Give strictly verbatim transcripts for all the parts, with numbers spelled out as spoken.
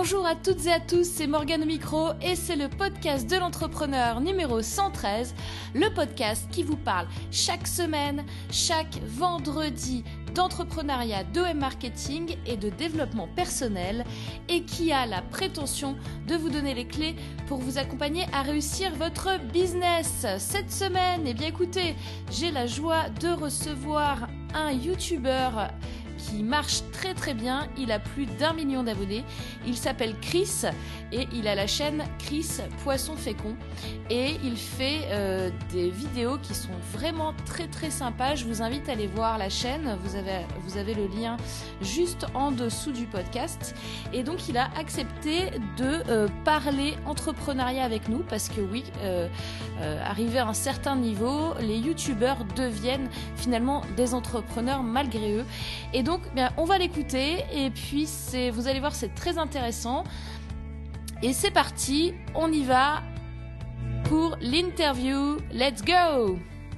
Bonjour à toutes et à tous, c'est Morgane au micro et c'est le podcast de l'entrepreneur numéro cent treize, le podcast qui vous parle chaque semaine, chaque vendredi d'entrepreneuriat, de web marketing et de développement personnel et qui a la prétention de vous donner les clés pour vous accompagner à réussir votre business. Cette semaine, eh bien écoutez, j'ai la joie de recevoir un youtubeur qui marche très très bien, il a plus d'un million d'abonnés, il s'appelle Chris et il a la chaîne Chris Poisson Fécond et il fait euh, des vidéos qui sont vraiment très très sympas. Je vous invite à aller voir la chaîne, vous avez, vous avez le lien juste en dessous du podcast et donc il a accepté de euh, parler entrepreneuriat avec nous parce que oui, euh, euh, arrivé à un certain niveau, les youtubeurs deviennent finalement des entrepreneurs malgré eux et donc bien, on va l'écouter et puis c'est, vous allez voir, c'est très intéressant. Et c'est parti, on y va pour l'interview. Let's go!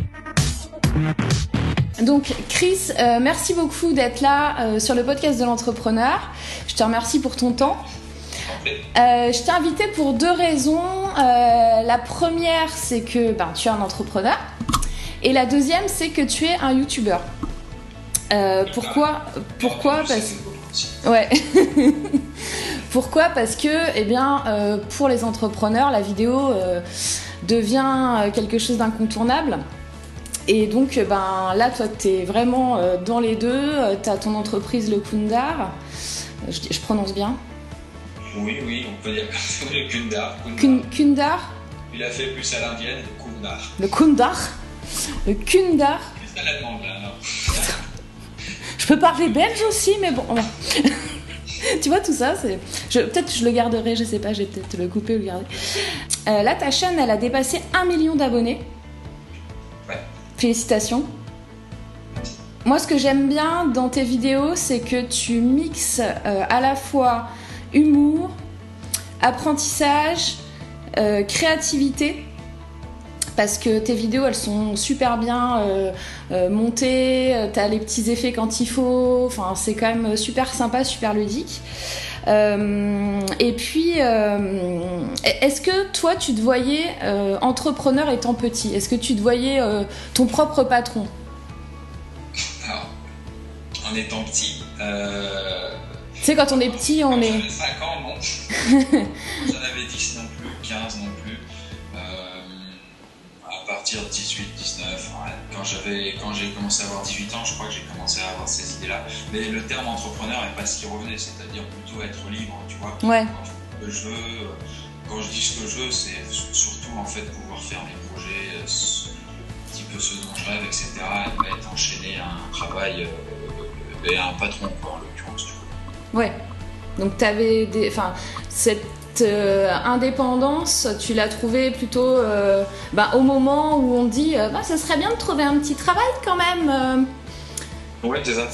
Donc Chris, euh, merci beaucoup d'être là euh, sur le podcast de l'entrepreneur. Je te remercie pour ton temps. Euh, je t'ai invité pour deux raisons. Euh, la première, c'est que ben, tu es un entrepreneur. Et la deuxième, c'est que tu es un youtubeur. Euh, pourquoi Pourquoi Parce ouais. Pourquoi Parce que, eh bien, euh, pour les entrepreneurs, la vidéo euh, devient quelque chose d'incontournable. Et donc, ben là, toi, t'es vraiment euh, dans les deux. T'as ton entreprise, le Kundar. Je, je prononce bien. Oui, oui, on peut dire le Kundar. Kundar. Kundar. Il a fait plus à l'indienne, le Kundar. Le Kundar. Le Kundar. C'est à l'allemande, là, non. Je peux parler belge aussi, mais bon. Tu vois tout ça, c'est. Je... Peut-être je le garderai, je sais pas, je vais peut-être le couper ou le garder. Euh, là, ta chaîne, elle a dépassé un million d'abonnés. Ouais. Félicitations. Moi, ce que j'aime bien dans tes vidéos, c'est que tu mixes euh, à la fois humour, apprentissage, euh, créativité. Parce que tes vidéos, elles sont super bien euh, euh, montées, t'as les petits effets quand il faut, enfin, c'est quand même super sympa, super ludique. Euh, et puis, euh, est-ce que toi, tu te voyais euh, entrepreneur étant petit ? Est-ce que tu te voyais euh, ton propre patron ? Alors, en étant petit... Euh... Tu sais, quand on est petit, on quand est... J'avais cinq ans, non. J'en avais dix non plus, quinze non plus. À partir de dix-huit, dix-neuf, ouais. quand, j'avais, quand j'ai commencé à avoir dix-huit ans, je crois que j'ai commencé à avoir ces idées-là. Mais le terme entrepreneur n'est pas ce qui revenait, c'est-à-dire plutôt être libre, tu vois. Ouais. Quand je, je veux, quand je dis ce que je veux, c'est surtout en fait pouvoir faire mes projets, un petit peu ce dont je rêve, et cetera. Et pas être enchaîné à un travail euh, et à un patron, quoi, en l'occurrence, tu vois. Ouais. Donc t'avais des, enfin, cette Euh, indépendance, tu l'as trouvée plutôt euh, bah, au moment où on dit euh, bah, ça serait bien de trouver un petit travail quand même. Euh... Ouais, c'est ça.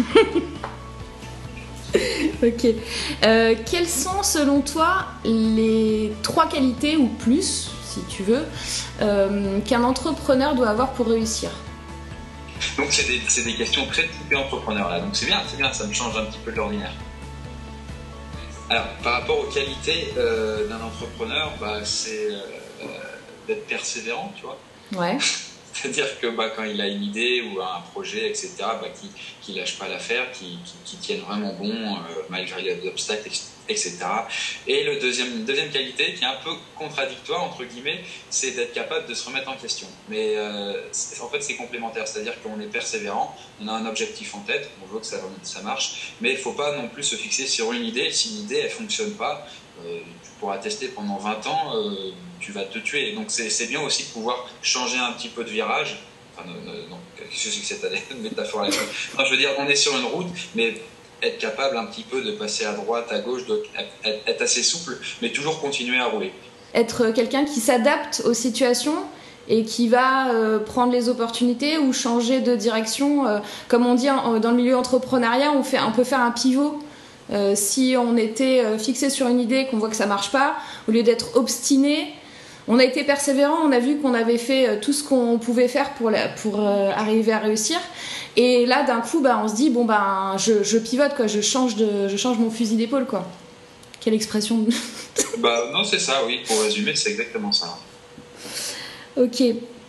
Ok. Euh, quelles sont selon toi les trois qualités ou plus, si tu veux, euh, qu'un entrepreneur doit avoir pour réussir ? Donc c'est des, c'est des questions très typées entrepreneurs là. Donc c'est bien, c'est bien, ça me change un petit peu de l'ordinaire. Alors, par rapport aux qualités euh, d'un entrepreneur, bah, c'est euh, d'être persévérant, tu vois. Ouais. C'est-à-dire que bah, quand il a une idée ou un projet, et cetera, bah, qu'il ne lâche pas l'affaire, qu'il qu tienne vraiment bon euh, malgré les obstacles, et cetera. Et le deuxième, deuxième qualité, qui est un peu contradictoire, entre guillemets, c'est d'être capable de se remettre en question. Mais euh, en fait, c'est complémentaire, c'est-à-dire qu'on est persévérant, on a un objectif en tête, on veut que ça, ça marche, mais il ne faut pas non plus se fixer sur une idée. Si l'idée, elle ne fonctionne pas, euh, tu pourras tester pendant vingt ans, euh, tu vas te tuer. Et donc, c'est bien aussi de pouvoir changer un petit peu de virage. Enfin, non, non, qu'est-ce que c'est que cette métaphore là? Non, je veux dire, on est sur une route, mais être capable un petit peu de passer à droite, à gauche, être assez souple, mais toujours continuer à rouler. Être quelqu'un qui s'adapte aux situations et qui va euh, prendre les opportunités ou changer de direction. Euh, comme on dit en, dans le milieu entrepreneuriat, on, fait, on peut faire un pivot. Euh, si on était euh, fixé sur une idée et qu'on voit que ça marche pas, au lieu d'être obstiné, on a été persévérant, on a vu qu'on avait fait euh, tout ce qu'on pouvait faire pour, la, pour euh, arriver à réussir. Et là, d'un coup, bah, on se dit, bon, bah, je, je pivote, quoi, je, change de, je change mon fusil d'épaule, quoi. Quelle expression. Bah non, c'est ça, oui. Pour résumer, c'est exactement ça. Ok.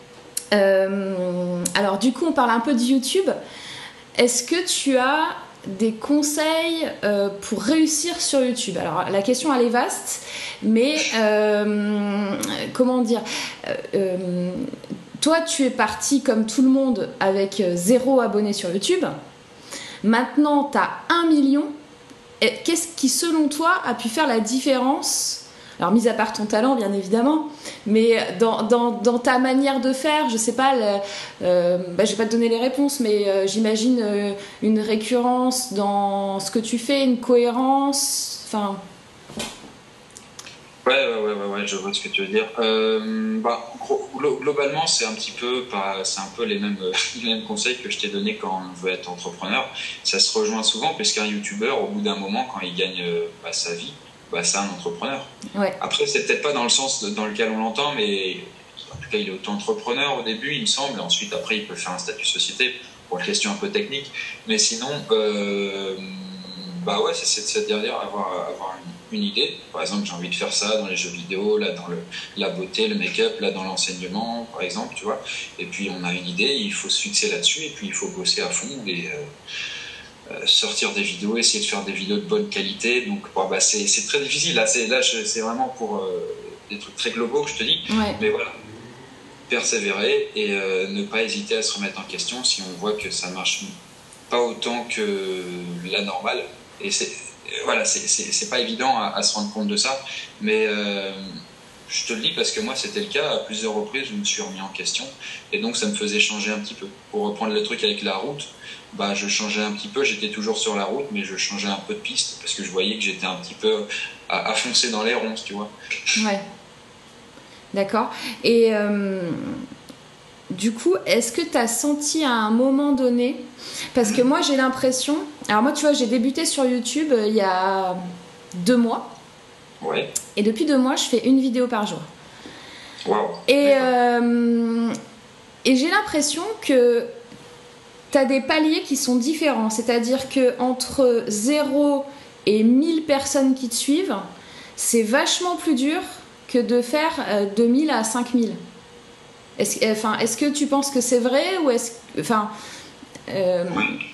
Euh, alors du coup, on parle un peu de YouTube. Est-ce que tu as des conseils euh, pour réussir sur YouTube? Alors la question elle est vaste, mais euh, comment dire euh, euh, toi tu es parti comme tout le monde avec euh, zéro abonné sur YouTube. Maintenant tu as un million. Qu'est-ce qui selon toi a pu faire la différence? Alors, mis à part ton talent, bien évidemment, mais dans, dans, dans ta manière de faire, je sais pas, le, euh, bah, je vais pas te donner les réponses, mais euh, j'imagine euh, une récurrence dans ce que tu fais, une cohérence, enfin... Ouais, ouais, ouais, ouais, ouais, je vois ce que tu veux dire. Euh, bah, globalement, c'est un petit peu, c'est un peu les mêmes, les mêmes conseils que je t'ai donnés quand on veut être entrepreneur. Ça se rejoint souvent, puisqu'un youtubeur, au bout d'un moment, quand il gagne bah, sa vie, bah, c'est un entrepreneur. Ouais. Après, c'est peut-être pas dans le sens dans lequel on l'entend, mais en tout cas, il est auto-entrepreneur au début, il me semble, et ensuite, après, il peut faire un statut société pour une question un peu technique. Mais sinon, euh, bah ouais, c'est cette dernière avoir, avoir une, une idée. Par exemple, j'ai envie de faire ça dans les jeux vidéo, là, dans le, la beauté, le make-up, là, dans l'enseignement, par exemple, tu vois. Et puis, on a une idée, il faut se fixer là-dessus, et puis il faut bosser à fond et. Euh, Euh, sortir des vidéos, essayer de faire des vidéos de bonne qualité. Donc bon, bah, c'est, c'est très difficile. Là, c'est, là je, c'est vraiment pour euh, des trucs très globaux que je te dis. Ouais. Mais voilà, persévérer et euh, ne pas hésiter à se remettre en question si on voit que ça marche pas autant que la normale. Et c'est, voilà, c'est, c'est, c'est pas évident à, à se rendre compte de ça. Mais euh, je te le dis parce que moi, c'était le cas. À plusieurs reprises, je me suis remis en question. Et donc, ça me faisait changer un petit peu. Pour reprendre le truc avec la route, bah, je changeais un petit peu, j'étais toujours sur la route, mais je changeais un peu de piste parce que je voyais que j'étais un petit peu à, à foncer dans les ronces, tu vois. Ouais. D'accord. Et euh, du coup, est-ce que tu as senti à un moment donné, parce que moi j'ai l'impression, alors moi tu vois, j'ai débuté sur YouTube euh, il y a deux mois. Ouais. Et depuis deux mois, je fais une vidéo par jour. Waouh. Et, euh, et j'ai l'impression que tu as des paliers qui sont différents. C'est-à-dire qu'entre zéro et mille personnes qui te suivent, c'est vachement plus dur que de faire de mille à cinq mille. Est-ce, enfin, est-ce que tu penses que c'est vrai ou est-ce enfin, euh...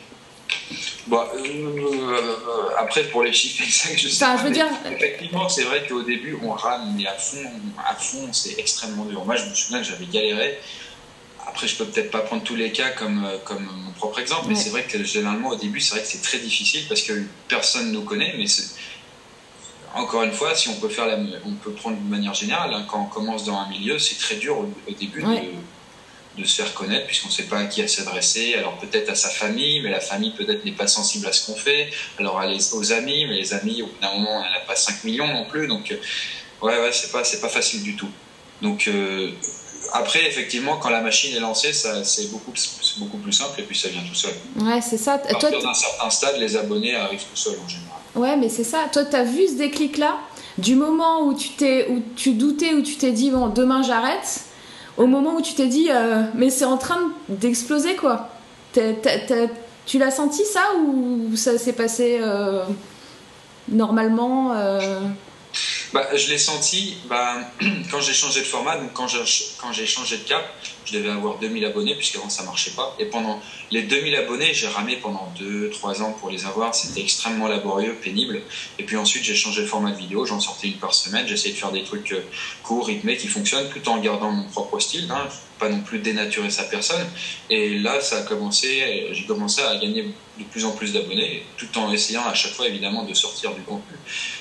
bon, euh, après, pour les chiffres exacts, je sais enfin, pas. Je veux dire... Effectivement, c'est vrai qu'au début, on rame, mais à fond, à fond, c'est extrêmement dur. Moi, je me souviens que j'avais galéré. Après, je peux peut-être pas prendre tous les cas comme, comme mon propre exemple, mais ouais. C'est vrai que généralement, au début, c'est vrai que c'est très difficile parce que personne ne nous connaît. Mais c'est... encore une fois, si on peut faire la... on peut prendre de manière générale, hein, quand on commence dans un milieu, c'est très dur au, au début ouais. de, de se faire connaître puisqu'on ne sait pas à qui à s'adresser. Alors peut-être à sa famille, mais la famille peut-être n'est pas sensible à ce qu'on fait. Alors à les, aux amis, mais les amis, au bout d'un moment, on n'a pas cinq millions non plus. Donc, ouais, ouais, c'est pas, c'est pas facile du tout. Donc, euh, après, effectivement, quand la machine est lancée, ça, c'est, beaucoup, c'est beaucoup plus simple et puis ça vient tout seul. Ouais, c'est ça. À partir Toi, d'un certain stade, les abonnés arrivent tout seuls en général. Ouais, mais c'est ça. Toi, tu as vu ce déclic-là du moment où tu, t'es, où tu doutais, où tu t'es dit, bon, demain j'arrête, au moment où tu t'es dit, euh, mais c'est en train d'exploser, quoi. T'as, t'as, t'as, tu l'as senti, ça, ou ça s'est passé euh, normalement euh... Bah, je l'ai senti bah, quand j'ai changé de format, donc quand j'ai, quand j'ai changé de cap, je devais avoir deux mille abonnés puisqu'avant ça marchait pas. Et pendant les deux mille abonnés, j'ai ramé pendant deux trois ans pour les avoir. C'était extrêmement laborieux, pénible. Et puis ensuite, j'ai changé de format de vidéo. J'en sortais une par semaine. J'essayais de faire des trucs courts, rythmés, qui fonctionnent tout en gardant mon propre style. Hein, pas non plus dénaturer sa personne. Et là, ça a commencé, j'ai commencé à gagner de plus en plus d'abonnés, tout en essayant à chaque fois évidemment de sortir du contenu.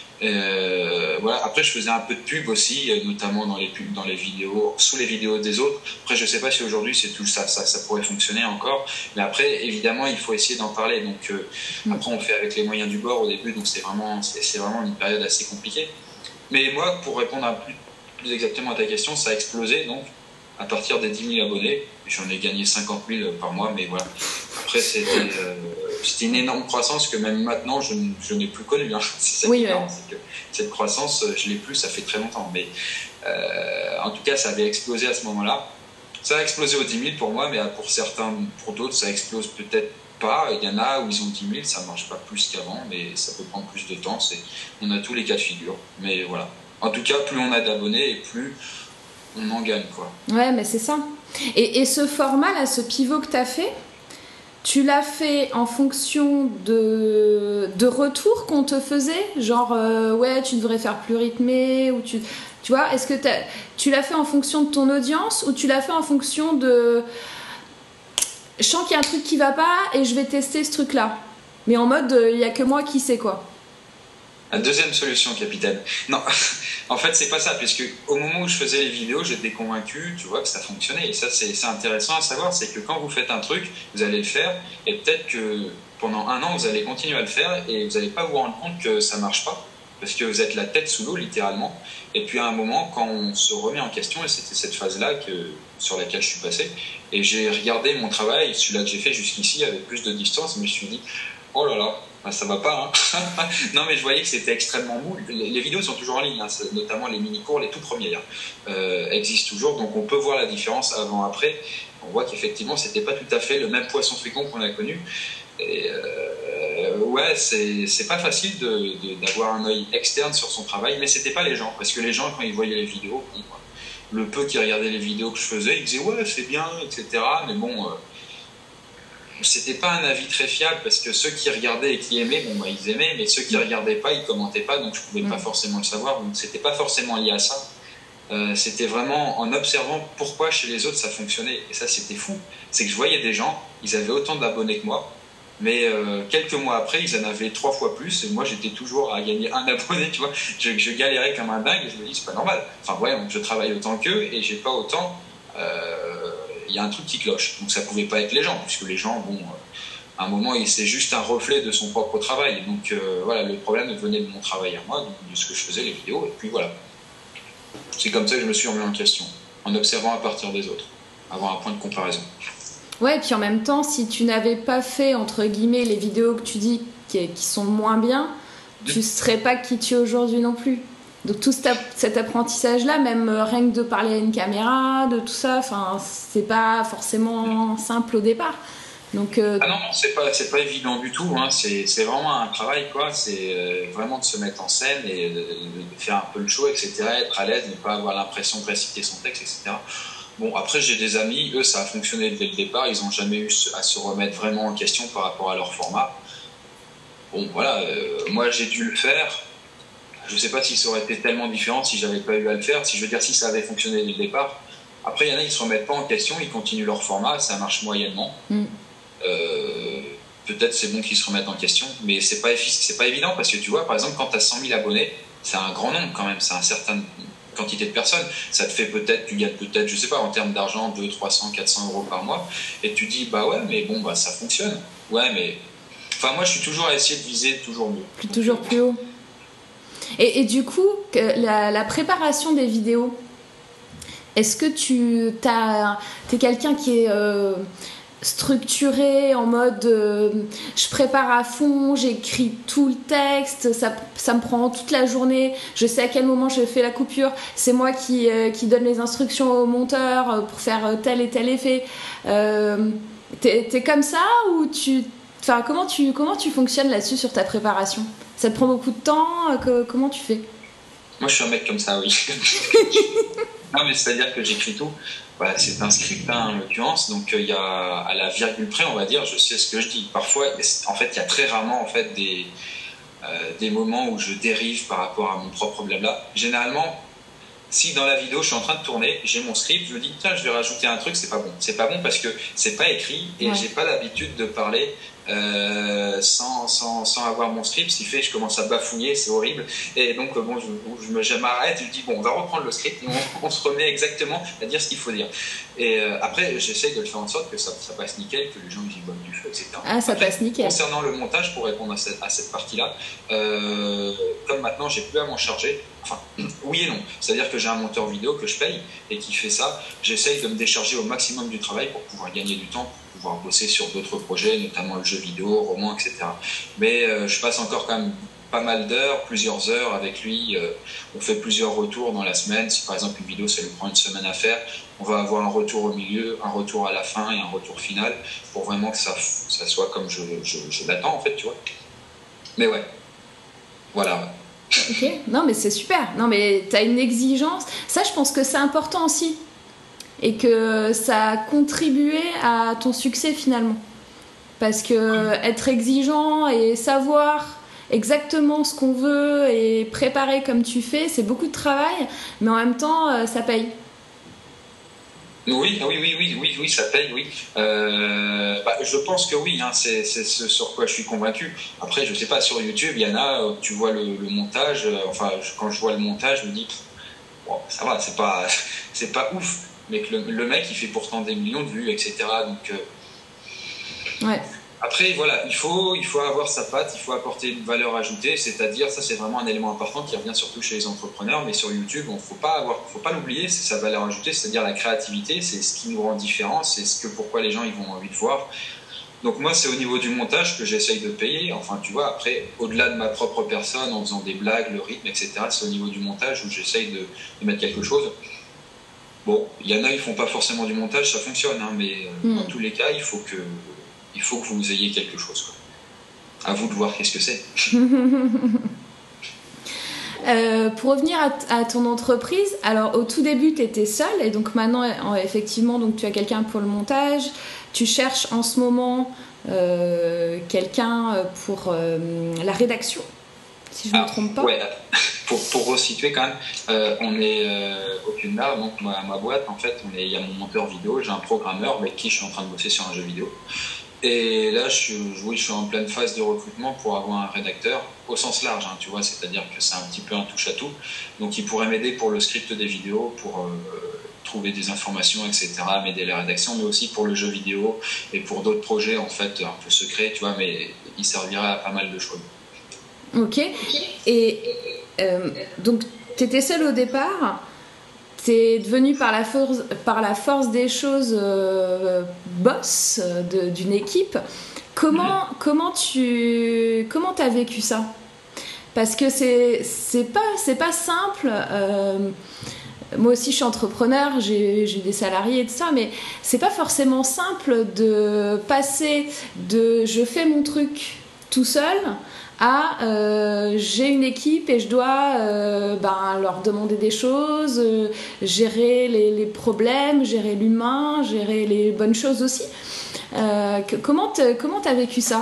Euh, voilà. Après, je faisais un peu de pub aussi, notamment dans les pubs, dans les vidéos, sous les vidéos des autres. Après, je sais pas si aujourd'hui c'est tout ça, ça, ça pourrait fonctionner encore. Mais après, évidemment, il faut essayer d'en parler. Donc, euh, mmh. après, on fait avec les moyens du bord au début, donc c'est vraiment, c'est, c'est vraiment une période assez compliquée. Mais moi, pour répondre un plus, plus exactement à ta question, ça a explosé donc à partir des dix mille abonnés. J'en ai gagné cinquante mille par mois, mais voilà. Après, c'était, euh, c'était une énorme croissance que même maintenant, je, je n'ai plus connue. Hein. C'est ça oui, qui est ouais. marrant, c'est que cette croissance, je ne l'ai plus, ça fait très longtemps. Mais euh, en tout cas, ça avait explosé à ce moment-là. Ça a explosé aux dix mille pour moi, mais pour certains, pour d'autres, ça explose peut-être pas. Il y en a où ils ont dix mille, ça marche pas plus qu'avant, mais ça peut prendre plus de temps. C'est, on a tous les cas de figure. Mais voilà. En tout cas, plus on a d'abonnés et plus on en gagne, quoi. Ouais, mais c'est ça. Et, et ce format, là, ce pivot que tu as fait, tu l'as fait en fonction de, de retours qu'on te faisait? Genre, euh, ouais, tu devrais faire plus rythmé, ou tu, tu vois, est-ce que t'as, tu l'as fait en fonction de ton audience, ou tu l'as fait en fonction de... Je sens qu'il y a un truc qui va pas et je vais tester ce truc-là. Mais en mode, il euh, n'y a que moi qui sais, quoi. La deuxième solution, capitaine. Non, en fait, c'est pas ça, puisque au moment où je faisais les vidéos, j'étais convaincu, tu vois, que ça fonctionnait. Et ça, c'est, c'est intéressant à savoir, c'est que quand vous faites un truc, vous allez le faire, et peut-être que pendant un an, vous allez continuer à le faire, et vous n'allez pas vous rendre compte que ça marche pas, parce que vous êtes la tête sous l'eau, littéralement. Et puis à un moment, quand on se remet en question, et c'était cette phase-là que, sur laquelle je suis passé, et j'ai regardé mon travail, celui-là que j'ai fait jusqu'ici, avec plus de distance, je me suis dit, oh là là, ben, ça va pas, hein. Non, mais je voyais que c'était extrêmement mou. Les, les vidéos sont toujours en ligne, hein, notamment les mini-cours, les tout premiers, hein, euh, existent toujours, donc on peut voir la différence avant-après. On voit qu'effectivement, c'était pas tout à fait le même poisson fécond qu'on a connu. Et euh, ouais, c'est, c'est pas facile de, de, d'avoir un œil externe sur son travail, mais c'était pas les gens, parce que les gens, quand ils voyaient les vidéos, bon, le peu qui regardaient les vidéos que je faisais, ils disaient ouais, c'est bien, et cetera. Mais bon, euh, c'était pas un avis très fiable, parce que ceux qui regardaient et qui aimaient, bon, bah, ils aimaient, mais ceux qui regardaient pas, ils commentaient pas, donc je pouvais mmh. pas forcément le savoir, donc c'était pas forcément lié à ça. Euh, c'était vraiment en observant pourquoi chez les autres ça fonctionnait, et ça c'était fou. C'est que je voyais des gens, ils avaient autant d'abonnés que moi, mais euh, quelques mois après, ils en avaient trois fois plus, et moi j'étais toujours à gagner un abonné, tu vois. Je, je galérais comme un dingue, et je me dis, c'est pas normal. Enfin, ouais, je travaille autant qu'eux, et j'ai pas autant. Il euh, y a un truc qui cloche. Donc ça pouvait pas être les gens, puisque les gens, bon, euh, à un moment, c'est juste un reflet de son propre travail. Donc euh, voilà, le problème venait de mon travail à moi, donc de ce que je faisais, les vidéos, et puis voilà. C'est comme ça que je me suis remis en question, en observant à partir des autres, avoir un point de comparaison. Ouais, et puis en même temps, si tu n'avais pas fait, entre guillemets, les vidéos que tu dis qui, qui sont moins bien, tu ne serais pas qui tu es aujourd'hui non plus. Donc tout cet apprentissage-là, même rien que de parler à une caméra, de tout ça, c'est pas forcément simple au départ. Donc, euh... Ah non, c'est pas, c'est pas évident du tout, hein. c'est, c'est vraiment un travail, quoi. C'est euh, vraiment de se mettre en scène et de, de faire un peu le show, et cetera, être à l'aise, ne pas avoir l'impression de réciter son texte, et cetera. Bon, après, j'ai des amis, eux, ça a fonctionné dès le départ, ils n'ont jamais eu à se remettre vraiment en question par rapport à leur format. Bon, voilà, euh, moi, j'ai dû le faire. Je ne sais pas si ça aurait été tellement différent si j'avais pas eu à le faire, si je veux dire, si ça avait fonctionné dès le départ. Après, il y en a, ils ne se remettent pas en question, ils continuent leur format, ça marche moyennement. Mm. Euh, peut-être c'est bon qu'ils se remettent en question, mais c'est pas, c'est pas évident, parce que tu vois, par exemple, quand tu as cent mille abonnés, c'est un grand nombre quand même, c'est un certain quantité de personnes, ça te fait peut-être, tu gagnes peut-être, je sais pas, en termes d'argent, deux, trois cents, quatre cents euros par mois, et tu dis, bah ouais, mais bon, bah ça fonctionne. Ouais, mais. Enfin, moi, je suis toujours à essayer de viser toujours mieux. Plus, toujours plus haut. Et, et du coup, la, la préparation des vidéos, est-ce que tu es quelqu'un qui est euh, structuré en mode euh, je prépare à fond, j'écris tout le texte, ça, ça me prend toute la journée, je sais à quel moment je fais la coupure, c'est moi qui, euh, qui donne les instructions au monteur pour faire tel et tel effet. Euh, t'es, t'es comme ça ou tu, enfin, comment tu, comment tu fonctionnes là-dessus sur ta préparation? Ça te prend beaucoup de temps? que, Comment tu fais? Moi, je suis un mec comme ça, oui. Non, mais c'est-à-dire que j'écris tout. Bah, c'est un script, hein, en l'occurrence, donc il euh, y a à la virgule près, on va dire, je sais ce que je dis. Parfois, en fait, il y a très rarement en fait des euh, des moments où je dérive par rapport à mon propre blabla. Généralement, si dans la vidéo je suis en train de tourner, j'ai mon script, je me dis tiens, je vais rajouter un truc, c'est pas bon. C'est pas bon parce que c'est pas écrit et ouais. J'ai pas l'habitude de parler euh, sans, sans, sans avoir mon script. Ce qui fait que je commence à bafouiller, c'est horrible. Et donc bon, je, je, me, je m'arrête, je dis bon, on va reprendre le script et on, on se remet exactement à dire ce qu'il faut dire. Et euh, après, j'essaye de le faire en sorte que ça, ça passe nickel, que les gens y voient du feu, et cetera. Ah, ça après, passe nickel. Concernant le montage, pour répondre à cette, à cette partie-là, euh, comme maintenant j'ai plus à m'en charger, enfin, oui et non. C'est-à-dire que j'ai un monteur vidéo que je paye et qui fait ça. J'essaye de me décharger au maximum du travail pour pouvoir gagner du temps, pour pouvoir bosser sur d'autres projets, notamment le jeu vidéo, roman, et cetera. Mais euh, je passe encore quand même pas mal d'heures, plusieurs heures avec lui. Euh, on fait plusieurs retours dans la semaine. Si par exemple une vidéo, ça lui prend une semaine à faire, on va avoir un retour au milieu, un retour à la fin et un retour final pour vraiment que ça, ça soit comme je, je, je l'attends en fait, tu vois. Mais ouais, voilà. Ok, non mais c'est super. Non mais t'as une exigence. Ça, je pense que c'est important aussi. Et que ça a contribué à ton succès finalement. Parce que être exigeant et savoir exactement ce qu'on veut et préparer comme tu fais, c'est beaucoup de travail, mais en même temps, ça paye. Oui, oui, oui, oui, oui, oui, ça paye, oui. Euh, bah, je pense que oui, hein, c'est, c'est ce sur quoi je suis convaincu. Après, je sais pas, sur YouTube, il y en a, tu vois le, le montage, euh, enfin, je, quand je vois le montage, je me dis, bon, ça va, c'est pas, c'est pas ouf, mais que le, le mec, il fait pourtant des millions de vues, et cetera. Donc, euh, ouais. Après, voilà, il faut, il faut avoir sa patte, il faut apporter une valeur ajoutée, c'est-à-dire, ça c'est vraiment un élément important qui revient surtout chez les entrepreneurs, mais sur YouTube, il ne faut pas avoir, faut pas l'oublier, c'est sa valeur ajoutée, c'est-à-dire la créativité, c'est ce qui nous rend différents, c'est ce que, pourquoi les gens ils vont envie de voir. Donc moi, c'est au niveau du montage que j'essaye de payer, enfin tu vois, après, au-delà de ma propre personne, en faisant des blagues, le rythme, et cetera, c'est au niveau du montage où j'essaye de, de mettre quelque chose. Bon, il y en a, ils font pas forcément du montage, ça fonctionne, hein, mais mm. dans tous les cas, il faut que... il faut que vous ayez quelque chose. Quoi. À vous de voir qu'est-ce que c'est. euh, pour revenir à, t- à ton entreprise, alors au tout début tu étais seule et donc maintenant effectivement donc, tu as quelqu'un pour le montage, tu cherches en ce moment euh, quelqu'un pour euh, la rédaction, si je ne ah, me trompe pas. Ouais, pour, pour resituer quand même, euh, on est euh, aucune là, donc ma, ma boîte en fait, il y a mon monteur vidéo, j'ai un programmeur avec qui je suis en train de bosser sur un jeu vidéo. Et là, je, oui, je suis en pleine phase de recrutement pour avoir un rédacteur au sens large, hein, tu vois, c'est-à-dire que c'est un petit peu un touche-à-tout. Donc, il pourrait m'aider pour le script des vidéos, pour euh, trouver des informations, et cetera, m'aider à la rédaction, mais aussi pour le jeu vidéo et pour d'autres projets, en fait, un peu secrets, tu vois, mais il servirait à pas mal de choses. Ok. Et euh, donc, tu étais seule au départ. T'es devenu par la force, par la force des choses euh, boss de, d'une équipe. Comment, mmh. comment tu comment t'as vécu ça? Parce que c'est, c'est, pas, c'est pas simple. Euh, moi aussi, je suis entrepreneur, j'ai, j'ai des salariés et tout ça, mais c'est pas forcément simple de passer de je fais mon truc tout seul à euh, j'ai une équipe et je dois euh, ben, leur demander des choses, euh, gérer les, les problèmes, gérer l'humain, gérer les bonnes choses aussi. Euh, que, comment tu comment t'as vécu ça?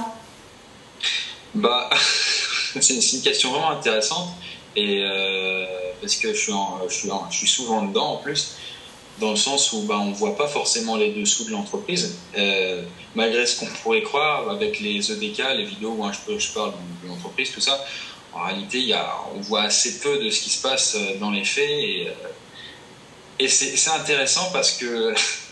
Bah, c'est, c'est une question vraiment intéressante et euh, parce que je suis, en, je, suis en, je suis souvent dedans en plus. Dans le sens où bah, on ne voit pas forcément les dessous de l'entreprise, euh, malgré ce qu'on pourrait croire avec les E D K, les vidéos où hein, je, je parle de l'entreprise, tout ça. En réalité, y a, on voit assez peu de ce qui se passe dans les faits et, et c'est, c'est intéressant parce que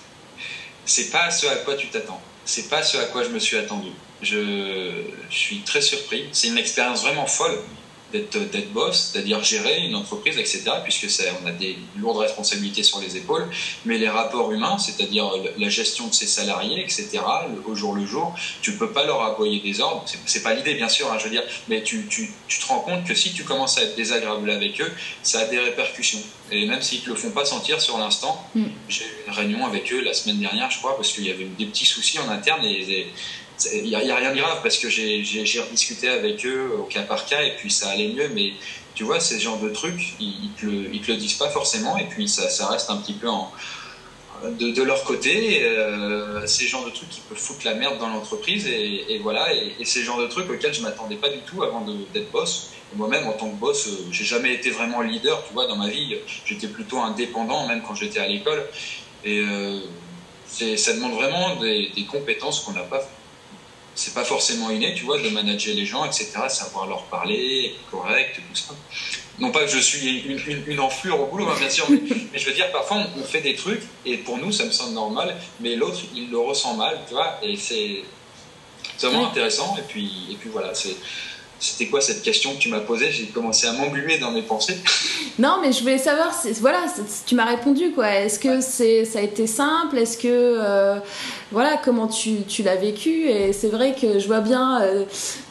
c'est pas ce à quoi tu t'attends, c'est pas ce à quoi je me suis attendu. Je, je suis très surpris, c'est une expérience vraiment folle. D'être, d'être boss, c'est-à-dire gérer une entreprise, et cetera, puisque c'est, on a des lourdes responsabilités sur les épaules, mais les rapports humains, c'est-à-dire la gestion de ses salariés, et cetera, au jour le jour, tu ne peux pas leur envoyer des ordres, c'est, c'est pas l'idée bien sûr, hein, je veux dire, mais tu, tu, tu te rends compte que si tu commences à être désagréable avec eux, ça a des répercussions, et même s'ils ne te le font pas sentir sur l'instant, mm. j'ai eu une réunion avec eux la semaine dernière, je crois, parce qu'il y avait des petits soucis en interne, et, et il n'y a, a rien de grave parce que j'ai, j'ai, j'ai discuté avec eux au cas par cas et puis ça allait mieux, mais tu vois, ces genres de trucs, ils, ils, te, le, ils te le disent pas forcément et puis ça, ça reste un petit peu en, de, de leur côté. Euh, ces genres de trucs qui peuvent foutre la merde dans l'entreprise et, et voilà, et, et ces genres de trucs auxquels je m'attendais pas du tout avant de, d'être boss. Et moi-même, en tant que boss, euh, j'ai jamais été vraiment leader, tu vois, dans ma vie, j'étais plutôt indépendant, même quand j'étais à l'école. Et euh, c'est, ça demande vraiment des, des compétences qu'on n'a pas. C'est pas forcément inné, tu vois, de manager les gens, et cetera, savoir leur parler, être correct, tout ça. Non pas que je suis une, une, une enflure au boulot, hein, bien sûr, mais, mais je veux dire, parfois on, on fait des trucs, et pour nous, ça me semble normal, mais l'autre, il le ressent mal, tu vois, et c'est, c'est vraiment intéressant, et puis, et puis voilà, c'est... C'était quoi cette question que tu m'as posée? J'ai commencé à m'engluer dans mes pensées. Non, mais je voulais savoir, c'est, voilà, c'est, tu m'as répondu, quoi. Est-ce que c'est, ça a été simple? Est-ce que, euh, voilà, comment tu, tu l'as vécu? Et c'est vrai que je vois bien, euh,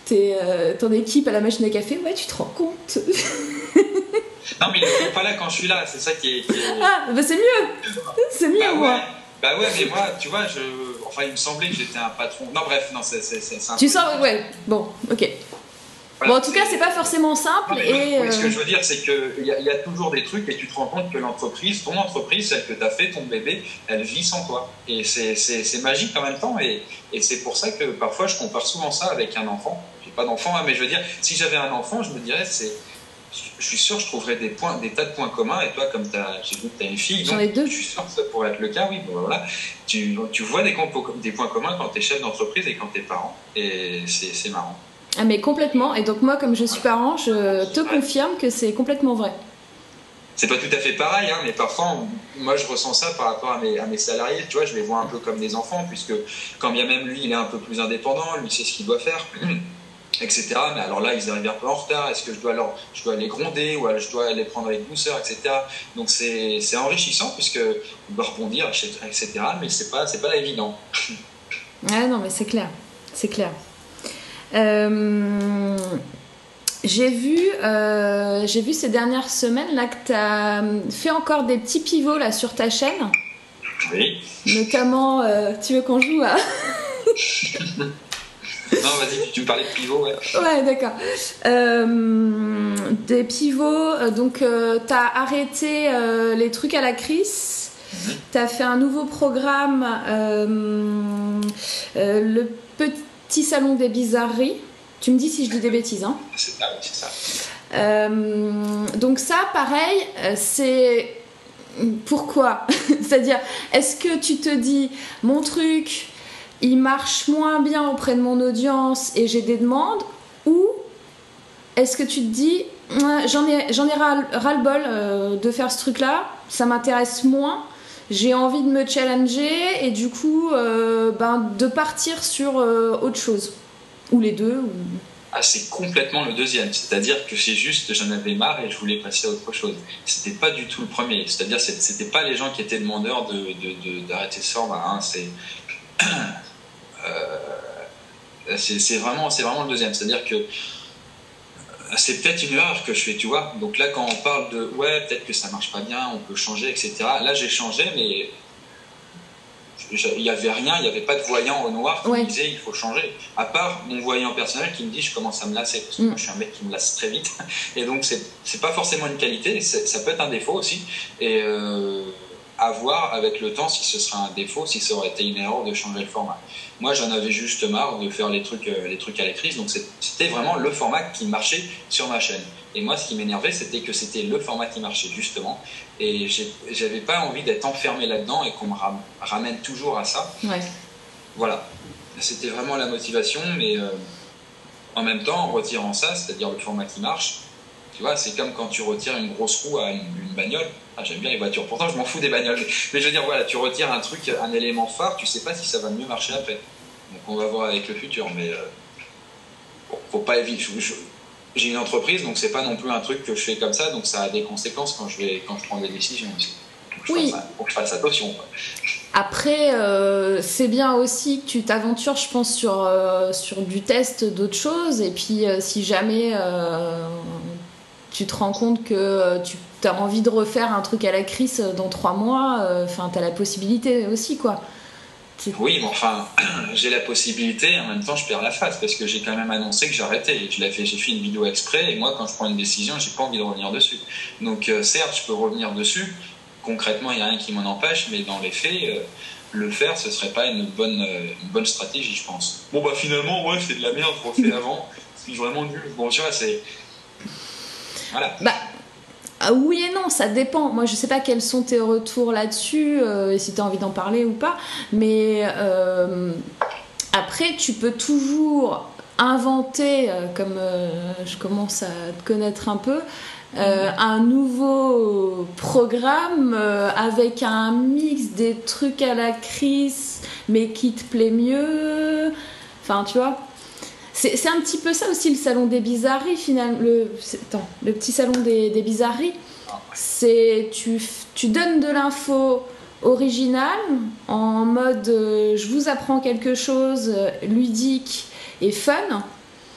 t'es, euh, ton équipe à la machine à café, ouais, tu te rends compte. Non, mais ils ne sont pas là quand je suis là, c'est ça qui est. Qui est... Ah, bah c'est mieux, c'est mieux, bah, moi. Ouais. Bah ouais, mais moi, tu vois, je... enfin, il me semblait que j'étais un patron. Non, bref, non, c'est, c'est, c'est un Tu peu... sens, ouais, bon, ok. Voilà, bon, en tout cas, c'est pas forcément simple. Non, mais et oui, euh... ce que je veux dire, c'est qu'il y, y a toujours des trucs et tu te rends compte que l'entreprise, ton entreprise, celle que tu as fait, ton bébé, elle vit sans toi. Et c'est, c'est, c'est magique en même temps. Et, et c'est pour ça que parfois, je compare souvent ça avec un enfant. J'ai pas d'enfant, hein, mais je veux dire, si j'avais un enfant, je me dirais, c'est... je suis sûr que je trouverais des, points, des tas de points communs. Et toi, comme t'as, j'ai vu que tu as une fille, J'en donc ai deux. Je suis sûr que ça pourrait être le cas. Oui, bon, voilà. Tu, tu vois des, des points communs quand tu es chef d'entreprise et quand tu es parent. Et c'est, c'est marrant. Ah, mais complètement. Et donc, moi, comme je suis parent, je te confirme que c'est complètement vrai. C'est pas tout à fait pareil, hein, mais parfois, moi, je ressens ça par rapport à mes, à mes salariés. Tu vois, je les vois un peu comme des enfants, puisque quand bien même lui, il est un peu plus indépendant, lui sait ce qu'il doit faire. et cetera. Mais alors là, ils arrivent un peu en retard. Est-ce que je dois, leur, je dois les gronder ou je dois les prendre avec douceur, et cetera. Donc c'est, c'est enrichissant puisque on doit rebondir, et cetera. Mais c'est pas, c'est pas évident. Ah non, mais c'est clair, c'est clair. Euh, j'ai vu, euh, j'ai vu ces dernières semaines là que tu as fait encore des petits pivots là sur ta chaîne. Oui. Notamment, euh, tu veux qu'on joue à Non, vas-y, tu me parlais de pivot, ouais. Ouais, d'accord. Euh, des pivots, donc euh, t'as arrêté euh, les trucs à la crise, mm-hmm. T'as fait un nouveau programme, euh, euh, le petit salon des bizarreries. Tu me dis si je dis des bêtises, hein. C'est ça, oui, c'est ça. Euh, donc ça, pareil, c'est... Pourquoi ? C'est-à-dire, est-ce que tu te dis, mon truc... il marche moins bien auprès de mon audience et j'ai des demandes, ou est-ce que tu te dis j'en ai, j'en ai ras, ras-le-bol euh, de faire ce truc-là, ça m'intéresse moins, j'ai envie de me challenger et du coup euh, ben, de partir sur euh, autre chose, ou les deux ou... Ah, c'est complètement le deuxième, c'est-à-dire que c'est juste, j'en avais marre et je voulais passer à autre chose. C'était pas du tout le premier, c'est-à-dire c'était pas les gens qui étaient demandeurs de, de, de, d'arrêter ce format, hein. c'est... Euh, c'est, c'est, vraiment, c'est vraiment le deuxième, c'est-à-dire que c'est peut-être une erreur que je fais, tu vois. Donc là, quand on parle de ouais, peut-être que ça marche pas bien, on peut changer, et cetera. Là, j'ai changé, mais il n'y avait rien, il n'y avait pas de voyant au noir qui ouais. me disait il faut changer. À part mon voyant personnel qui me dit je commence à me lasser, parce que mm. moi, je suis un mec qui me lasse très vite. Et donc, c'est, c'est pas forcément une qualité, c'est, ça peut être un défaut aussi. Et euh, à voir avec le temps si ce sera un défaut, si ça aurait été une erreur de changer le format. Moi, j'en avais juste marre de faire les trucs, euh, les trucs à la crise, donc c'était vraiment le format qui marchait sur ma chaîne. Et moi, ce qui m'énervait, c'était que c'était le format qui marchait, justement. Et j'avais pas envie d'être enfermé là-dedans et qu'on me ram ramène toujours à ça. Ouais. Voilà. C'était vraiment la motivation, mais euh, en même temps, en retirant ça, c'est-à-dire le format qui marche, tu vois, c'est comme quand tu retires une grosse roue à une, une bagnole. Ah, j'aime bien les voitures, pourtant je m'en fous des bagnoles. Mais je veux dire, voilà, tu retires un truc, un élément phare, tu sais pas si ça va mieux marcher après. Donc on va voir avec le futur, mais euh, bon, faut pas éviter. J'ai une entreprise, donc c'est pas non plus un truc que je fais comme ça, donc ça a des conséquences quand je, vais, quand je prends des décisions aussi. Donc je, oui. fasse, faut que je fasse attention, quoi. Après, euh, c'est bien aussi que tu t'aventures, je pense, sur, euh, sur du test d'autres choses, et puis euh, si jamais euh, tu te rends compte que euh, tu as envie de refaire un truc à la crise dans trois mois, enfin, euh, tu as la possibilité aussi, quoi. Oui, mais enfin, j'ai la possibilité, en même temps, je perds la face parce que j'ai quand même annoncé que j'arrêtais. J'ai fait, fait une vidéo exprès et moi, quand je prends une décision, j'ai pas envie de revenir dessus. Donc, euh, certes, je peux revenir dessus. Concrètement, il n'y a rien qui m'en empêche, mais dans les faits, euh, le faire, ce serait pas une bonne, euh, une bonne stratégie, je pense. Bon, bah finalement, ouais, c'est de la merde, je refais avant. C'est vraiment nul. Bon, tu vois, c'est. Voilà. Bah. Oui et non, ça dépend. Moi, je sais pas quels sont tes retours là-dessus, euh, et si tu as envie d'en parler ou pas. Mais euh, après, tu peux toujours inventer, euh, comme euh, je commence à te connaître un peu, euh, un nouveau programme euh, avec un mix des trucs à la crise, mais qui te plaît mieux. Enfin, tu vois. C'est, c'est un petit peu ça aussi le salon des bizarreries finalement, le, attends, le petit salon des, des bizarreries. C'est tu, tu donnes de l'info originale en mode euh, je vous apprends quelque chose, ludique et fun,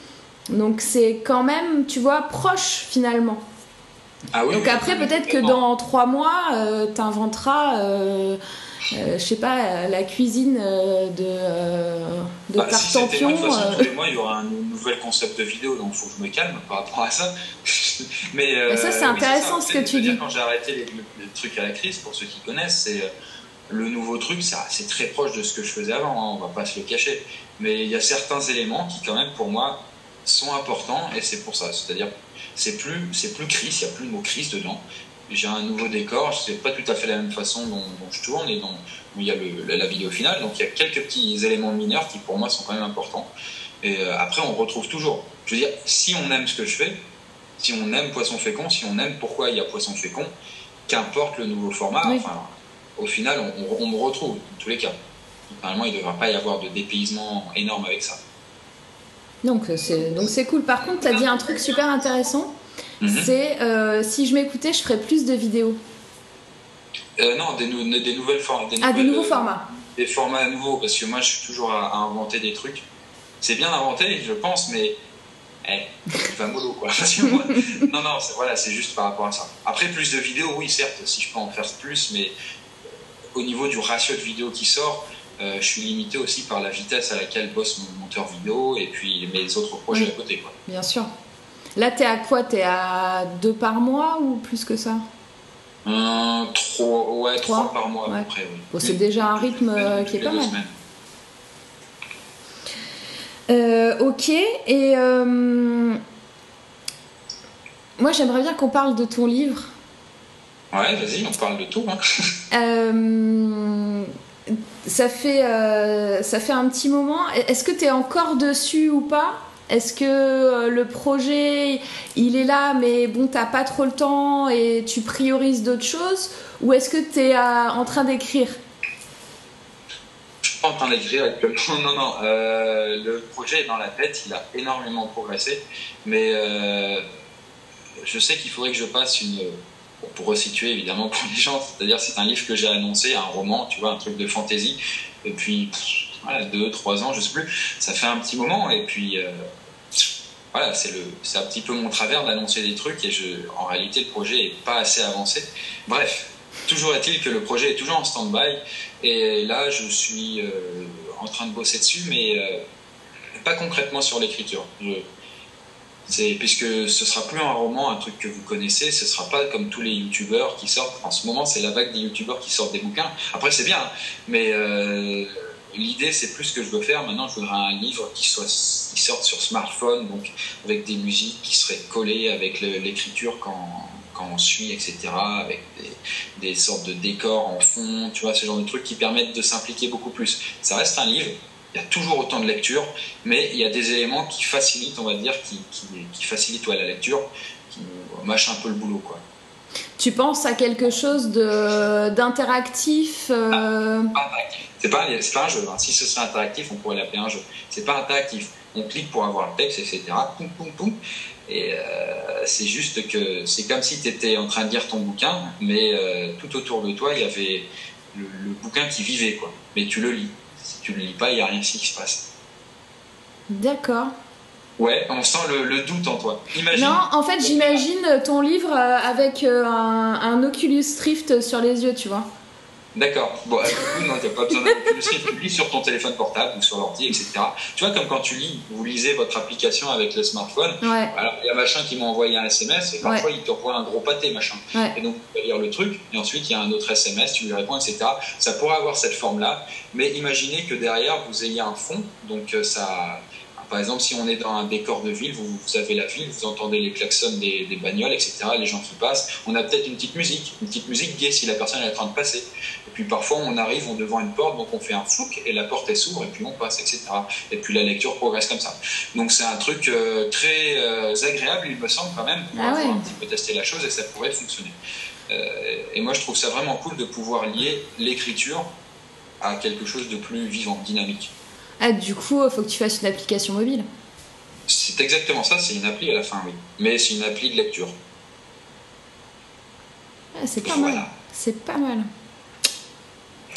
Donc c'est quand même, tu vois, proche finalement. Ah oui, donc après, peut-être que dans trois mois, euh, tu inventeras, euh, euh, je sais pas, la cuisine euh, de, euh, de bah, Tartampion. Si c'était moi, de toute façon, euh... tous les mois, il y aura un nouvel concept de vidéo, donc il faut que je me calme par rapport à ça. Mais euh, ça, c'est intéressant, oui, c'est ça. ce que tu dis. Dire, quand j'ai arrêté les, les trucs à la crise, pour ceux qui connaissent, c'est le nouveau truc, c'est très proche de ce que je faisais avant, hein, on va pas se le cacher. Mais il y a certains éléments qui, quand même, pour moi, sont importants, et c'est pour ça. C'est-à-dire, c'est plus, c'est plus crise, il n'y a plus le mot crise dedans. J'ai un nouveau décor, c'est pas tout à fait la même façon dont, dont je tourne et dont, où il y a le, la, la vidéo finale. Donc il y a quelques petits éléments mineurs qui, pour moi, sont quand même importants. Et euh, après, on retrouve toujours. Je veux dire, si on aime ce que je fais, si on aime Poisson Fécond, si on aime pourquoi il y a Poisson Fécond, qu'importe le nouveau format, oui. Enfin, au final, on, on, on me retrouve, dans tous les cas. Normalement, il ne devrait pas y avoir de dépaysement énorme avec ça. Donc c'est, donc c'est cool. Par contre, tu as dit un truc super intéressant. Mm-hmm. C'est euh, si je m'écoutais, je ferais plus de vidéos. Euh, non, des, nou- des nouvelles formes. Ah, des nouveaux euh, formats. Des formats nouveaux, parce que moi, je suis toujours à, à inventer des trucs. C'est bien d'inventer, je pense, mais eh, il va mollo, quoi. Parce que moi, non, non, c'est, voilà, c'est juste par rapport à ça. Après, plus de vidéos, oui, certes, si je peux en faire plus, mais au niveau du ratio de vidéos qui sort, euh, je suis limité aussi par la vitesse à laquelle bosse mon monteur vidéo et puis mes autres projets oui. à côté, quoi. Bien sûr. Là, t'es à quoi? T'es à deux par mois ou plus que ça? euh, trois, ouais, trois, trois par mois à ouais. peu près, oui. Bon, c'est déjà un rythme semaines, qui est pas mal. Semaines. Euh, ok, et euh, moi j'aimerais bien qu'on parle de ton livre. Ouais, vas-y, on parle de tout. Hein. euh, ça, fait, euh, ça fait un petit moment. Est-ce que tu es encore dessus ou pas? Est-ce que euh, le projet, il est là, mais bon, t'as pas trop le temps et tu priorises d'autres choses? Ou est-ce que tu es euh, en train d'écrire? Je suis pas en train d'écrire actuellement. Non, non. Euh, le projet est dans la tête. Il a énormément progressé. Mais euh, je sais qu'il faudrait que je passe une... Pour resituer, évidemment, pour les gens. C'est-à-dire, c'est un livre que j'ai annoncé, un roman, tu vois, un truc de fantasy. Et puis, voilà, deux, trois ans, je sais plus. Ça fait un petit moment. Et puis... Euh, Voilà, c'est, le, c'est un petit peu mon travers d'annoncer des trucs et je, en réalité le projet n'est pas assez avancé. Bref, toujours est-il que le projet est toujours en stand-by et là je suis euh, en train de bosser dessus, mais euh, pas concrètement sur l'écriture. Je, c'est, puisque ce ne sera plus un roman, un truc que vous connaissez, ce ne sera pas comme tous les youtubeurs qui sortent. En ce moment, c'est la vague des youtubeurs qui sortent des bouquins. Après, c'est bien, mais... Euh, L'idée, c'est plus ce que je veux faire. Maintenant, je voudrais un livre qui, soit, qui sorte sur smartphone, donc avec des musiques qui seraient collées avec le, l'écriture quand, quand on suit, et cetera, avec des, des sortes de décors en fond, tu vois, ce genre de trucs qui permettent de s'impliquer beaucoup plus. Ça reste un livre, il y a toujours autant de lecture, mais il y a des éléments qui facilitent, on va dire, qui, qui, qui facilitent ouais, la lecture, qui mâchent un peu le boulot, quoi. Tu penses à quelque chose de, d'interactif euh... ah, pas interactif. C'est pas, c'est pas un jeu. Hein. Si ce serait interactif, on pourrait l'appeler un jeu. C'est pas interactif. On clique pour avoir le texte, et cetera. Poum, poum, poum. Et euh, c'est juste que c'est comme si tu étais en train de lire ton bouquin, mais euh, tout autour de toi, il y avait le, le bouquin qui vivait, quoi. Mais tu le lis. Si tu le lis pas, il n'y a rien ici qui se passe. D'accord. Ouais, on sent le, le doute en toi. Imagine. Non, en fait, j'imagine ton livre avec un, un Oculus Rift sur les yeux, tu vois. D'accord. Bon, du coup, non, tu n'as pas besoin d'un Oculus Rift. Tu lis sur ton téléphone portable ou sur l'ordi, et cetera. Tu vois, comme quand tu lis, vous lisez votre application avec le smartphone. Ouais. Alors, il y a machin qui m'a envoyé un S M S et parfois, ouais. il t'envoie un gros pâté, machin. Ouais. Et donc, tu vas lire le truc et ensuite, il y a un autre S M S, tu lui réponds, et cetera. Ça pourrait avoir cette forme-là, mais imaginez que derrière, vous ayez un fond, donc ça... Par exemple, si on est dans un décor de ville, vous, vous avez la ville, vous entendez les klaxons des, des bagnoles, et cetera, les gens qui passent. On a peut-être une petite musique, une petite musique gaie si la personne est en train de passer. Et puis parfois, on arrive on devant une porte, donc on fait un flouk et la porte elle s'ouvre et puis on passe, et cetera. Et puis la lecture progresse comme ça. Donc c'est un truc euh, très euh, agréable, il me semble quand même, pour ah avoir ouais. un petit peu testé la chose et ça pourrait fonctionner. Euh, et moi, je trouve ça vraiment cool de pouvoir lier l'écriture à quelque chose de plus vivant, dynamique. Ah, du coup, il faut que tu fasses une application mobile. C'est exactement ça, c'est une appli à la fin, oui. Mais c'est une appli de lecture. Ah, c'est pas voilà. mal. C'est pas mal.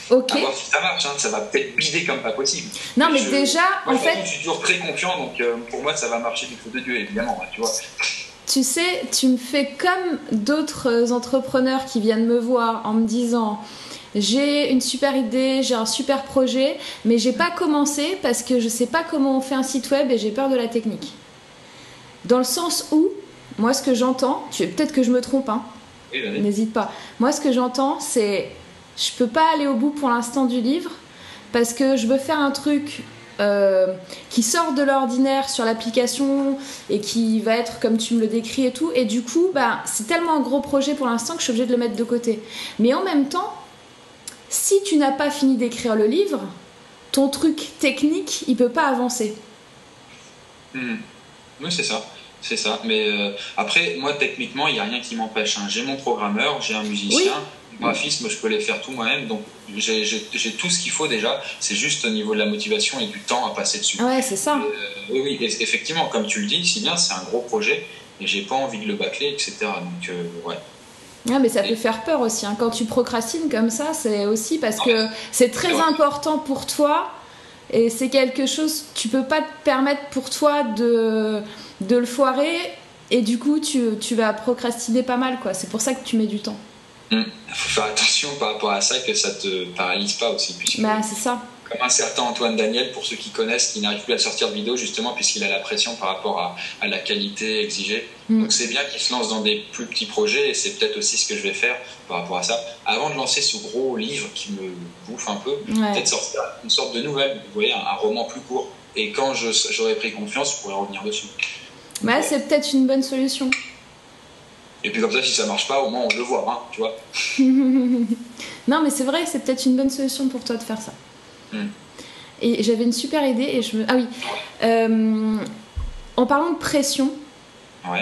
Ok. À voir si ça marche, hein. Ça va peut-être bider comme pas possible. Non, mais je, déjà, moi, en fait... Je suis toujours très confiant, donc euh, pour moi, ça va marcher du feu de Dieu, évidemment, hein, tu vois. Tu sais, tu me fais comme d'autres entrepreneurs qui viennent me voir en me disant... J'ai une super idée, j'ai un super projet, mais j'ai pas commencé parce que je sais pas comment on fait un site web et j'ai peur de la technique. Dans le sens où, moi ce que j'entends, tu, peut-être que je me trompe, hein, oui, n'hésite pas. Moi ce que j'entends, c'est je peux pas aller au bout pour l'instant du livre parce que je veux faire un truc euh, qui sort de l'ordinaire sur l'application et qui va être comme tu me le décris et tout. Et du coup, bah, c'est tellement un gros projet pour l'instant que je suis obligée de le mettre de côté. Mais en même temps, si tu n'as pas fini d'écrire le livre, ton truc technique, il peut pas avancer. Mmh. Oui, c'est ça. C'est ça. Mais euh, après, moi, techniquement, il n'y a rien qui m'empêche. Hein. J'ai mon programmeur, j'ai un musicien, oui. Le graphisme, je peux les faire tout moi-même. Donc, j'ai, j'ai, j'ai tout ce qu'il faut déjà. C'est juste au niveau de la motivation et du temps à passer dessus. Ouais, c'est ça. Euh, oui, oui. Et effectivement, comme tu le dis, si bien, c'est un gros projet et j'ai pas envie de le bâcler, et cetera. Donc, euh, ouais. Ah, mais ça peut faire peur aussi, hein. Quand tu procrastines comme ça, c'est aussi parce que c'est très important pour toi et c'est quelque chose, tu peux pas te permettre pour toi de, de le foirer et du coup tu, tu vas procrastiner pas mal, quoi. C'est pour ça que tu mets du temps. Il mmh. faut faire attention par rapport à ça, que ça te paralyse pas aussi. Puisque... Bah, c'est ça. Comme un certain Antoine Daniel, pour ceux qui connaissent, qui n'arrive plus à sortir de vidéo justement puisqu'il a la pression par rapport à, à la qualité exigée. Mm. Donc c'est bien qu'il se lance dans des plus petits projets et c'est peut-être aussi ce que je vais faire par rapport à ça. Avant de lancer ce gros livre qui me bouffe un peu, ouais. Peut-être sortir une sorte de nouvelle, vous voyez, un, un roman plus court. Et quand je, j'aurai pris confiance, je pourrai revenir dessus. Bah, ouais. C'est peut-être une bonne solution. Et puis comme ça, si ça marche pas, au moins on le voit, hein, tu vois. Non mais c'est vrai, c'est peut-être une bonne solution pour toi de faire ça. Mm. Et j'avais une super idée et je me... Ah oui. Euh, en parlant de pression, ouais.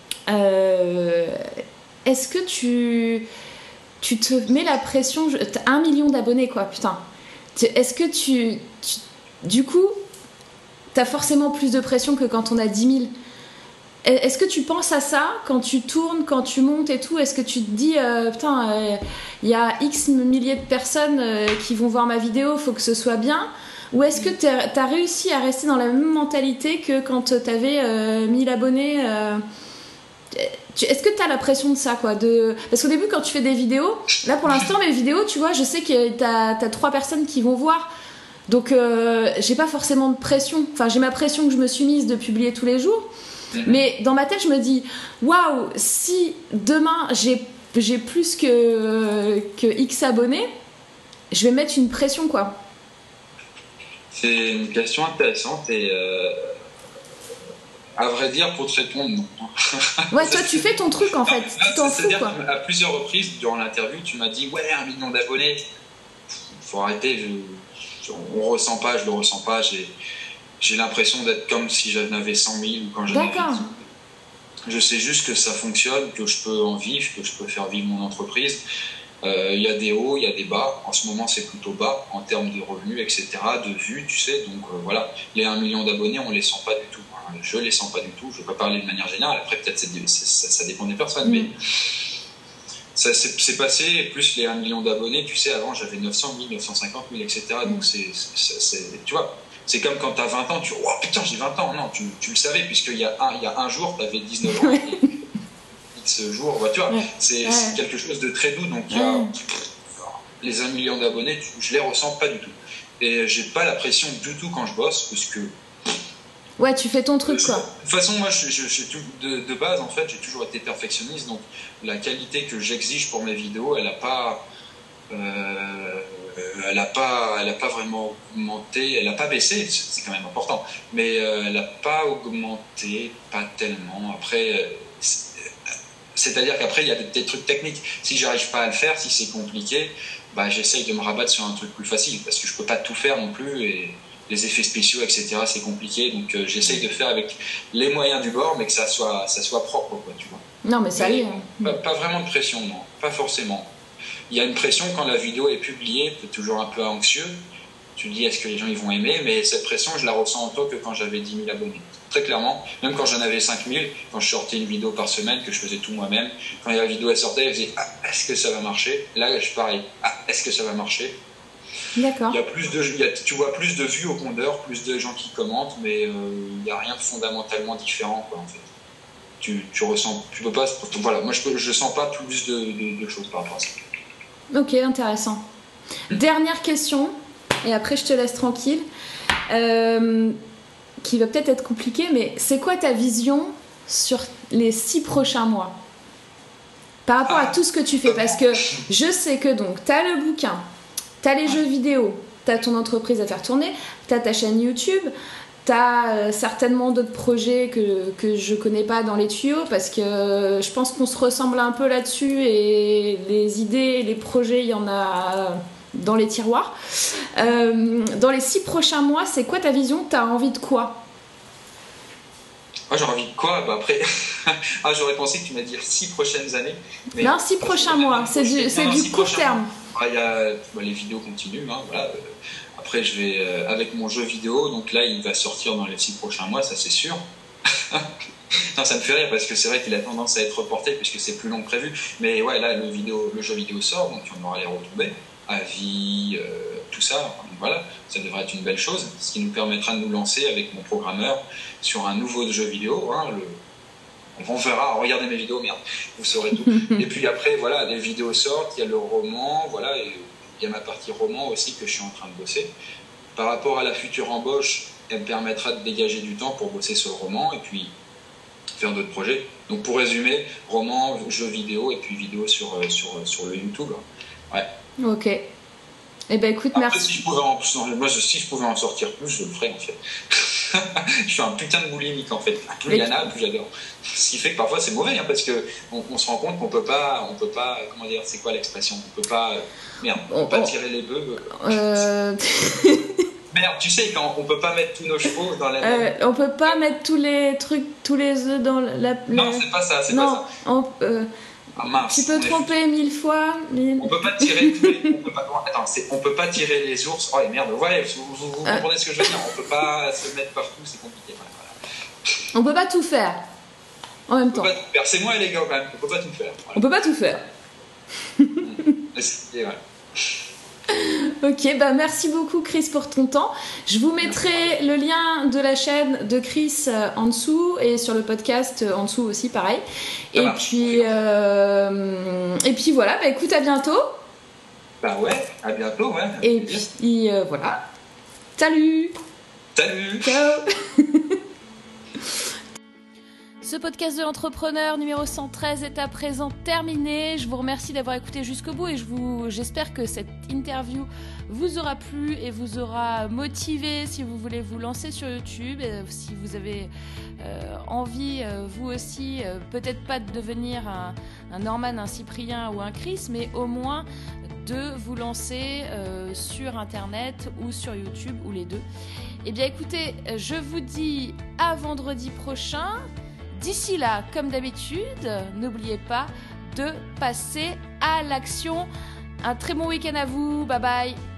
euh, est-ce que tu, tu te mets la pression... T'as un million d'abonnés, quoi, putain. Est-ce que tu... tu du coup, t'as forcément plus de pression que quand on a dix mille. Est-ce que tu penses à ça quand tu tournes, quand tu montes et tout? Est-ce que tu te dis, euh, putain, il euh, y a X milliers de personnes euh, qui vont voir ma vidéo, faut que ce soit bien? Ou est-ce que tu as réussi à rester dans la même mentalité que quand tu avais euh, mille abonnés euh, Est-ce que tu as la pression de ça, quoi, de... Parce qu'au début, quand tu fais des vidéos, là pour l'instant, mes vidéos, tu vois, je sais que tu as trois personnes qui vont voir. Donc, euh, j'ai pas forcément de pression. Enfin, j'ai ma pression que je me suis mise de publier tous les jours. Mais dans ma tête, je me dis, waouh, si demain j'ai, j'ai plus que, que X abonnés, je vais mettre une pression, quoi. C'est une question intéressante et euh, à vrai dire, pour te répondre, non. Ouais, toi, tu fais ton truc en fait. Non, tu t'en fous, quoi. À plusieurs reprises durant l'interview, tu m'as dit, ouais, un million d'abonnés, faut arrêter. Je, on ne ressent pas, je le ressens pas. J'ai, j'ai l'impression d'être comme si j'en avais cent mille ou quand j'en avais dix mille. Je sais juste que ça fonctionne, que je peux en vivre, que je peux faire vivre mon entreprise. Il euh, y a des hauts, il y a des bas. En ce moment, c'est plutôt bas en termes de revenus, et cetera, de vues, tu sais. Donc euh, voilà, les un million d'abonnés, on ne les sent pas du tout. Hein. Je ne les sens pas du tout. Je ne vais pas parler de manière générale. Après, peut-être c'est, c'est, ça, ça dépend des personnes. Mmh. Mais ça c'est, c'est passé. Plus les un million d'abonnés, tu sais, avant, j'avais neuf cent mille, neuf cent cinquante mille, et cetera. Mmh. Donc c'est, c'est, c'est, tu vois, c'est comme quand tu as vingt ans, tu dis, oh putain, j'ai vingt ans. Non, tu, tu le savais, puisqu'il y a un, il y a un jour, tu avais dix-neuf ans. Ce jour, bah, tu vois, ouais. c'est, ouais. c'est quelque chose de très doux. Donc, il y a ouais. les un million d'abonnés, je les ressens pas du tout. Et j'ai pas la pression du tout quand je bosse, parce que. Ouais, tu fais ton truc, je, quoi. De toute façon, moi, je, je, je, de, de base, en fait, j'ai toujours été perfectionniste. Donc, la qualité que j'exige pour mes vidéos, elle a pas. Euh, elle n'a pas, elle a pas vraiment augmenté, elle n'a pas baissé, c'est quand même important, mais euh, elle n'a pas augmenté, pas tellement. Après, c'est-à-dire qu'après, il y a des, des trucs techniques. Si j'arrive pas à le faire, si c'est compliqué, bah, j'essaye de me rabattre sur un truc plus facile, parce que je peux pas tout faire non plus, et les effets spéciaux, et cetera, c'est compliqué, donc euh, j'essaye de faire avec les moyens du bord, mais que ça soit, ça soit propre, quoi, tu vois. Non, mais ça y est. Pas, pas vraiment de pression, non, pas forcément. Il y a une pression quand la vidéo est publiée, tu es toujours un peu anxieux, tu te dis est-ce que les gens ils vont aimer, mais cette pression je la ressens autant que quand j'avais dix mille abonnés. Très clairement, même quand j'en avais cinq mille, quand je sortais une vidéo par semaine, que je faisais tout moi-même, quand la vidéo elle sortait, elle faisait ah, est-ce que ça va marcher? Là je suis pareil, ah, est-ce que ça va marcher? D'accord. Il y a plus de, il y a, tu vois plus de vues au compteur, plus de gens qui commentent, mais il euh, n'y a rien de fondamentalement différent, quoi, en fait. Tu, tu ressens, tu peux pas, voilà, moi je peux, je sens pas plus de, de, de choses par rapport à ça. Ok, intéressant. Mmh. Dernière question, et après je te laisse tranquille, euh, qui va peut-être être compliquée, mais c'est quoi ta vision sur les six prochains mois par rapport ah, à tout ce que tu fais? Parce que je sais que donc, tu as le bouquin, tu as les jeux vidéo, tu as ton entreprise à faire tourner, tu as ta chaîne YouTube, tu as euh, certainement d'autres projets que, que je connais pas dans les tuyaux, parce que euh, je pense qu'on se ressemble un peu là-dessus, et les idées, les projets, il y en a dans les tiroirs. Euh, dans les six prochains mois, c'est quoi ta vision? Tu as envie de quoi? Ah, j'aurais envie de quoi? Bah après, ah, j'aurais pensé que tu m'as dit six prochaines années. Mais non, six prochains mois, c'est du, c'est du court terme. Ah, y a, bah, les vidéos continuent, hein, voilà. Après, je vais euh, avec mon jeu vidéo, donc là, il va sortir dans les six prochains mois, ça c'est sûr. Non, ça me fait rire parce que c'est vrai qu'il a tendance à être reporté puisque c'est plus long que prévu. Mais ouais, là, le, vidéo, le jeu vidéo sort, donc on aura les retombées, avis, euh, tout ça. Donc voilà, ça devrait être une belle chose, ce qui nous permettra de nous lancer avec mon programmeur sur un nouveau jeu vidéo. Hein, le... On verra, regardez mes vidéos, merde, vous saurez tout. Et puis après, voilà, les vidéos sortent, il y a le roman, voilà, et il y a ma partie roman aussi que je suis en train de bosser. Par rapport à la future embauche, elle me permettra de dégager du temps pour bosser sur le roman et puis faire d'autres projets. Donc pour résumer, roman, jeux vidéo et puis vidéo sur, sur, sur le YouTube. Ouais. Ok. Eh ben écoute, après, merci. Si je pouvais en, moi, si je pouvais en sortir plus, je le ferais en fait. Je suis un putain de boulimique en fait. Plus il y en a, plus j'adore. Ce qui fait que parfois c'est mauvais, hein, parce que on, on se rend compte qu'on peut pas, on peut pas, comment dire, c'est quoi l'expression? On peut pas, merde, on peut pas tirer les bœufs. Euh... Merde, tu sais, quand on peut pas mettre tous nos chevaux dans la même... Euh, on peut pas mettre tous les trucs, tous les œufs dans la... la... Non, c'est pas ça, c'est non, pas ça. On, euh... ah, mince, tu peux tromper est... mille fois. Mais... On peut pas tirer tous les... on peut pas... Attends, c'est... on peut pas tirer les ours. Oh merde, ouais, vous, vous, vous euh... comprenez ce que je veux dire? On peut pas se mettre partout, c'est compliqué. Voilà, voilà. On peut pas tout faire en même on temps. Peut pas tout faire. C'est moi et les gars quand même, on peut pas tout faire. Voilà. On peut pas tout faire. C'est vrai. Ok, bah merci beaucoup Chris pour ton temps. Je vous mettrai le lien de la chaîne de Chris en dessous et sur le podcast en dessous aussi, pareil. Ça et marche. puis euh, et puis voilà, bah écoute, à bientôt. Bah ouais, à bientôt, ouais. Et puis euh, voilà. Salut. Salut. Ciao. Ce podcast de l'entrepreneur numéro cent treize est à présent terminé. Je vous remercie d'avoir écouté jusqu'au bout et je vous, j'espère que cette interview vous aura plu et vous aura motivé si vous voulez vous lancer sur YouTube. Et si vous avez euh, envie, euh, vous aussi, euh, peut-être pas de devenir un, un Norman, un Cyprien ou un Chris, mais au moins de vous lancer euh, sur Internet ou sur YouTube ou les deux. Eh bien écoutez, je vous dis à vendredi prochain. D'ici là, comme d'habitude, n'oubliez pas de passer à l'action. Un très bon week-end à vous. Bye bye.